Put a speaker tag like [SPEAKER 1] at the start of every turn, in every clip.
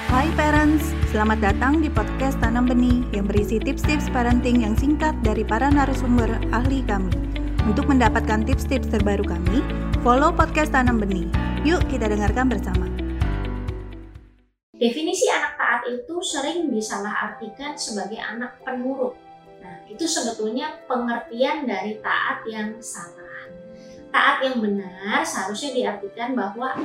[SPEAKER 1] Hai parents, selamat datang di podcast Tanam Benih yang berisi tips-tips parenting yang singkat dari para narasumber ahli kami. Untuk mendapatkan tips-tips terbaru kami, follow podcast Tanam Benih. Yuk kita dengarkan bersama.
[SPEAKER 2] Definisi anak taat itu sering disalahartikan sebagai anak penurut. Nah, itu sebetulnya pengertian dari taat yang salah. Taat yang benar seharusnya diartikan bahwa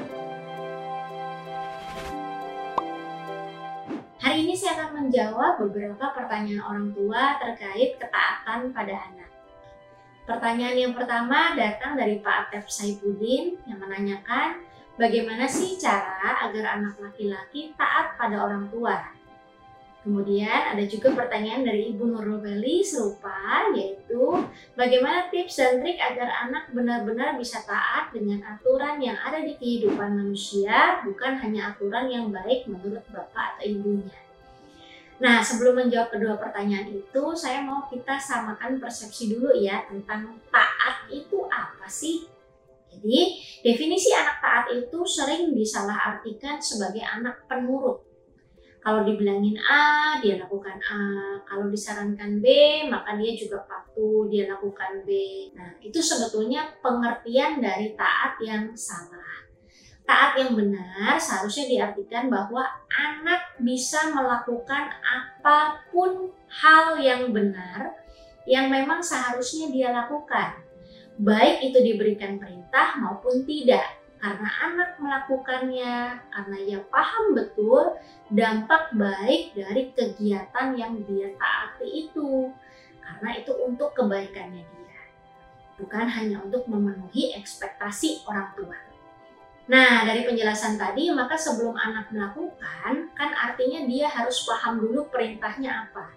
[SPEAKER 2] hari ini saya akan menjawab beberapa pertanyaan orang tua terkait ketaatan pada anak. Pertanyaan yang pertama datang dari Pak Atep Saifuddin yang menanyakan, bagaimana sih cara agar anak laki-laki taat pada orang tua? Kemudian ada juga pertanyaan dari Ibu Nurul Beli serupa, yaitu bagaimana tips dan trik agar anak benar-benar bisa taat dengan aturan yang ada di kehidupan manusia, bukan hanya aturan yang baik menurut bapak atau ibunya. Nah, sebelum menjawab kedua pertanyaan itu, saya mau kita samakan persepsi dulu ya tentang taat itu apa sih? Jadi, definisi anak taat itu sering disalahartikan sebagai anak penurut. Kalau dibilangin A, dia lakukan A. Kalau disarankan B, maka dia juga patuh, dia lakukan B. Nah, itu sebetulnya pengertian dari taat yang salah. Taat yang benar seharusnya diartikan bahwa anak bisa melakukan apapun hal yang benar yang memang seharusnya dia lakukan. Baik itu diberikan perintah maupun tidak. Karena anak melakukannya, karena ia paham betul dampak baik dari kegiatan yang dia taati itu. Karena itu untuk kebaikannya dia. Bukan hanya untuk memenuhi ekspektasi orang tua. Nah, dari penjelasan tadi, maka sebelum anak melakukan, kan artinya dia harus paham dulu perintahnya apa.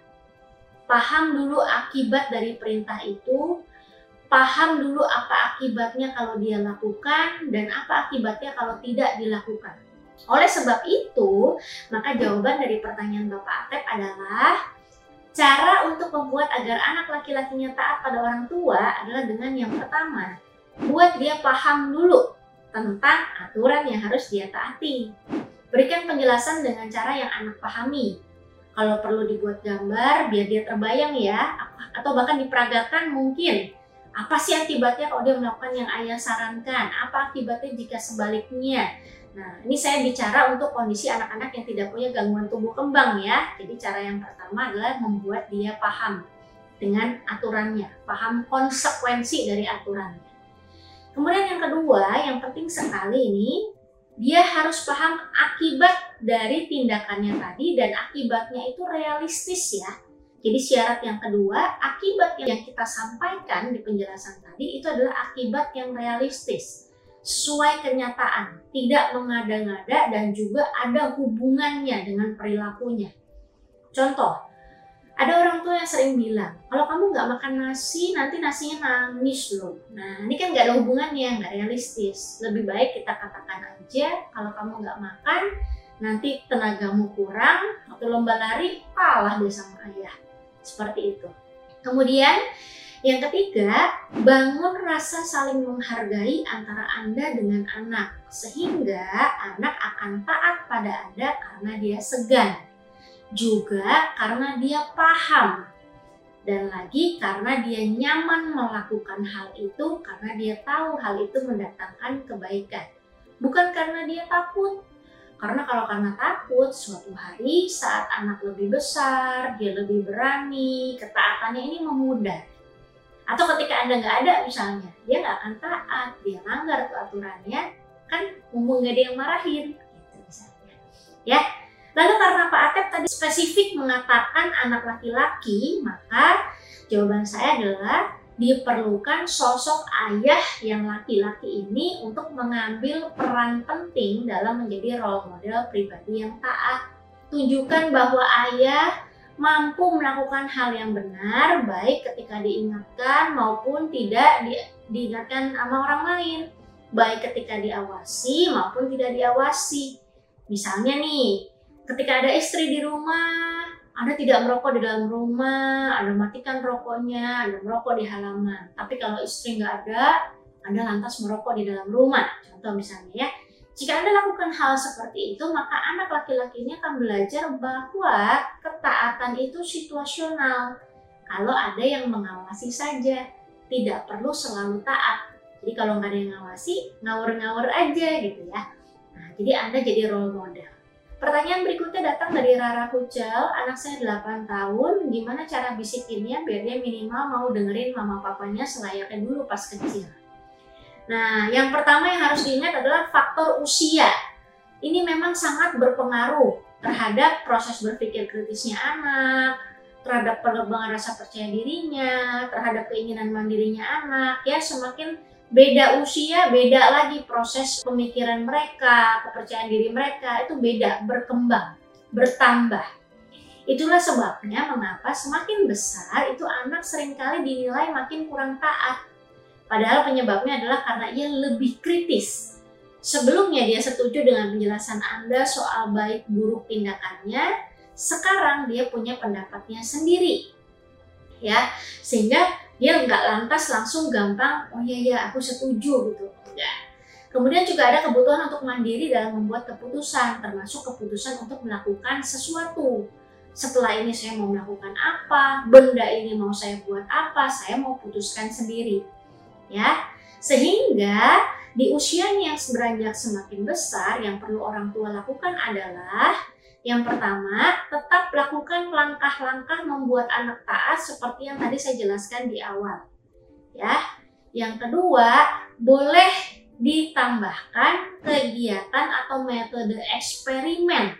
[SPEAKER 2] Paham dulu akibat dari perintah itu, paham dulu apa akibatnya kalau dia lakukan dan apa akibatnya kalau tidak dilakukan. Oleh sebab itu, maka jawaban dari pertanyaan Bapak Atep adalah cara untuk membuat agar anak laki-lakinya taat pada orang tua adalah dengan yang pertama, buat dia paham dulu tentang aturan yang harus dia taati. Berikan penjelasan dengan cara yang anak pahami. Kalau perlu dibuat gambar biar dia terbayang ya, atau bahkan diperagakan mungkin. Apa sih akibatnya kalau dia melakukan yang ayah sarankan? Apa akibatnya jika sebaliknya? Nah, ini saya bicara untuk kondisi anak-anak yang tidak punya gangguan tumbuh kembang ya. Jadi cara yang pertama adalah membuat dia paham dengan aturannya, paham konsekuensi dari aturannya. Kemudian yang kedua, yang penting sekali ini, dia harus paham akibat dari tindakannya tadi dan akibatnya itu realistis ya. Jadi syarat yang kedua, akibat yang kita sampaikan di penjelasan tadi itu adalah akibat yang realistis, sesuai kenyataan, tidak mengada-ngada dan juga ada hubungannya dengan perilakunya. Contoh, ada orang tua yang sering bilang, kalau kamu nggak makan nasi, nanti nasinya nangis loh. Nah, ini kan nggak ada hubungannya, nggak realistis. Lebih baik kita katakan aja, kalau kamu nggak makan, nanti tenagamu kurang, waktu lomba lari, kalah deh sama ayah. Seperti itu. Kemudian yang ketiga, bangun rasa saling menghargai antara Anda dengan anak. Sehingga anak akan taat pada Anda karena dia segan. Juga karena dia paham. Dan lagi karena dia nyaman melakukan hal itu karena dia tahu hal itu mendatangkan kebaikan. Bukan karena dia takut. Karena kalau karena takut, suatu hari saat anak lebih besar, dia lebih berani, ketaatannya ini memudar. Atau ketika Anda nggak ada misalnya, dia nggak akan taat, dia langgar tuh aturannya, kan mumpung nggak ada yang marahin, gitu misalnya. Ya, lalu karena Pak Atep tadi spesifik mengatakan anak laki-laki, maka jawaban saya adalah diperlukan sosok ayah yang laki-laki ini untuk mengambil peran penting dalam menjadi role model pribadi yang taat. Tunjukkan bahwa ayah mampu melakukan hal yang benar, baik ketika diingatkan maupun tidak diingatkan sama orang lain. Baik ketika diawasi maupun tidak diawasi. Misalnya nih, ketika ada istri di rumah, Anda tidak merokok di dalam rumah, Anda matikan rokoknya, Anda merokok di halaman. Tapi kalau istri nggak ada, Anda lantas merokok di dalam rumah. Contoh misalnya ya, Jika Anda lakukan hal seperti itu, maka anak laki-laki ini akan belajar bahwa ketaatan itu situasional. Kalau ada yang mengawasi saja, tidak perlu selalu taat. Jadi kalau nggak ada yang ngawasi, ngawur-ngawur aja gitu ya. Nah, jadi Anda jadi role model. Pertanyaan berikutnya datang dari Rara Kucel. Anak saya 8 tahun, gimana cara bisikinnya biar dia minimal mau dengerin mama papanya selayaknya dulu pas kecil. Nah, yang pertama yang harus diingat adalah faktor usia. Ini memang sangat berpengaruh terhadap proses berpikir kritisnya anak, terhadap pengembangan rasa percaya dirinya, terhadap keinginan mandirinya anak. Ya, semakin beda usia, beda lagi proses pemikiran mereka, kepercayaan diri mereka itu beda, berkembang, bertambah. Itulah sebabnya mengapa semakin besar itu anak seringkali dinilai makin kurang taat. Padahal penyebabnya adalah karena ia lebih kritis. Sebelumnya dia setuju dengan penjelasan Anda soal baik buruk tindakannya, sekarang dia punya pendapatnya sendiri. Ya, sehingga dia nggak lantas langsung gampang, oh iya aku setuju gitu. Enggak. Kemudian juga ada kebutuhan untuk mandiri dalam membuat keputusan, termasuk keputusan untuk melakukan sesuatu. Setelah ini saya mau melakukan apa, benda ini mau saya buat apa, saya mau putuskan sendiri. Ya, sehingga di usianya yang beranjak semakin besar, yang perlu orang tua lakukan adalah yang pertama, tetap lakukan langkah-langkah membuat anak taat seperti yang tadi saya jelaskan di awal. Ya. Yang kedua, boleh ditambahkan kegiatan atau metode eksperimen.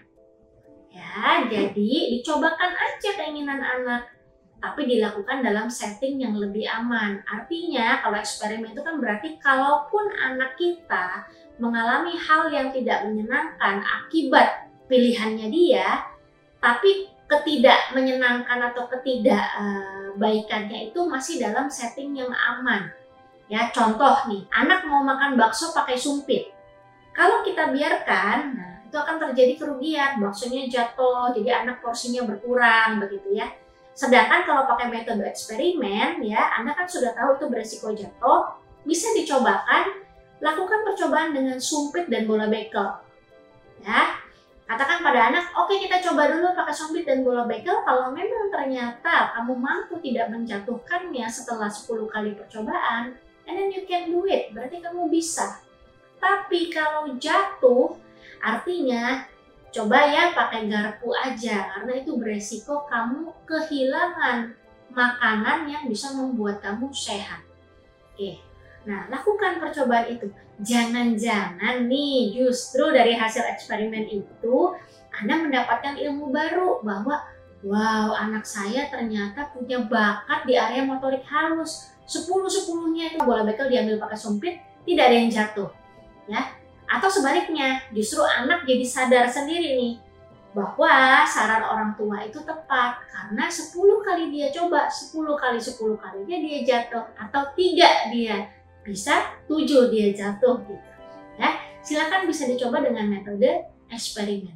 [SPEAKER 2] Ya, jadi dicobakan aja keinginan anak, tapi dilakukan dalam setting yang lebih aman. Artinya, kalau eksperimen itu kan berarti kalaupun anak kita mengalami hal yang tidak menyenangkan akibat pilihannya dia, tapi ketidak menyenangkan atau ketidakbaikannya itu masih dalam setting yang aman. Ya, contoh nih, anak mau makan bakso pakai sumpit. Kalau kita biarkan, nah, itu akan terjadi kerugian, baksonya jatuh, jadi anak porsinya berkurang begitu ya. Sedangkan kalau pakai metode eksperimen, ya, Anda kan sudah tahu itu beresiko jatuh, bisa dicobakan, lakukan percobaan dengan sumpit dan bola bekel. Ya. Katakan pada anak, oke, kita coba dulu pakai sumpit dan bola bekel. Kalau memang ternyata kamu mampu tidak menjatuhkannya setelah 10 kali percobaan, and then you can do it, berarti kamu bisa. Tapi kalau jatuh, artinya coba ya pakai garpu aja, karena itu beresiko kamu kehilangan makanan yang bisa membuat kamu sehat. Oke. Nah, lakukan percobaan itu. Jangan-jangan nih justru dari hasil eksperimen itu Anda mendapatkan ilmu baru bahwa wow, anak saya ternyata punya bakat di area motorik halus. 10-10-nya itu bola bekel diambil pakai sumpit, tidak ada yang jatuh. Ya. Atau sebaliknya, justru anak jadi sadar sendiri nih bahwa saran orang tua itu tepat karena 10 kali dia coba, 10 kalinya dia jatuh, atau 3 dia bisa, 7 dia jatuh gitu. Ya, silakan bisa dicoba dengan metode eksperimen.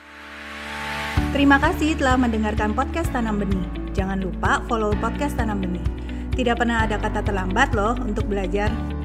[SPEAKER 1] Terima kasih telah mendengarkan podcast Tanam Benih. Jangan lupa follow podcast Tanam Benih. Tidak pernah ada kata terlambat loh untuk belajar.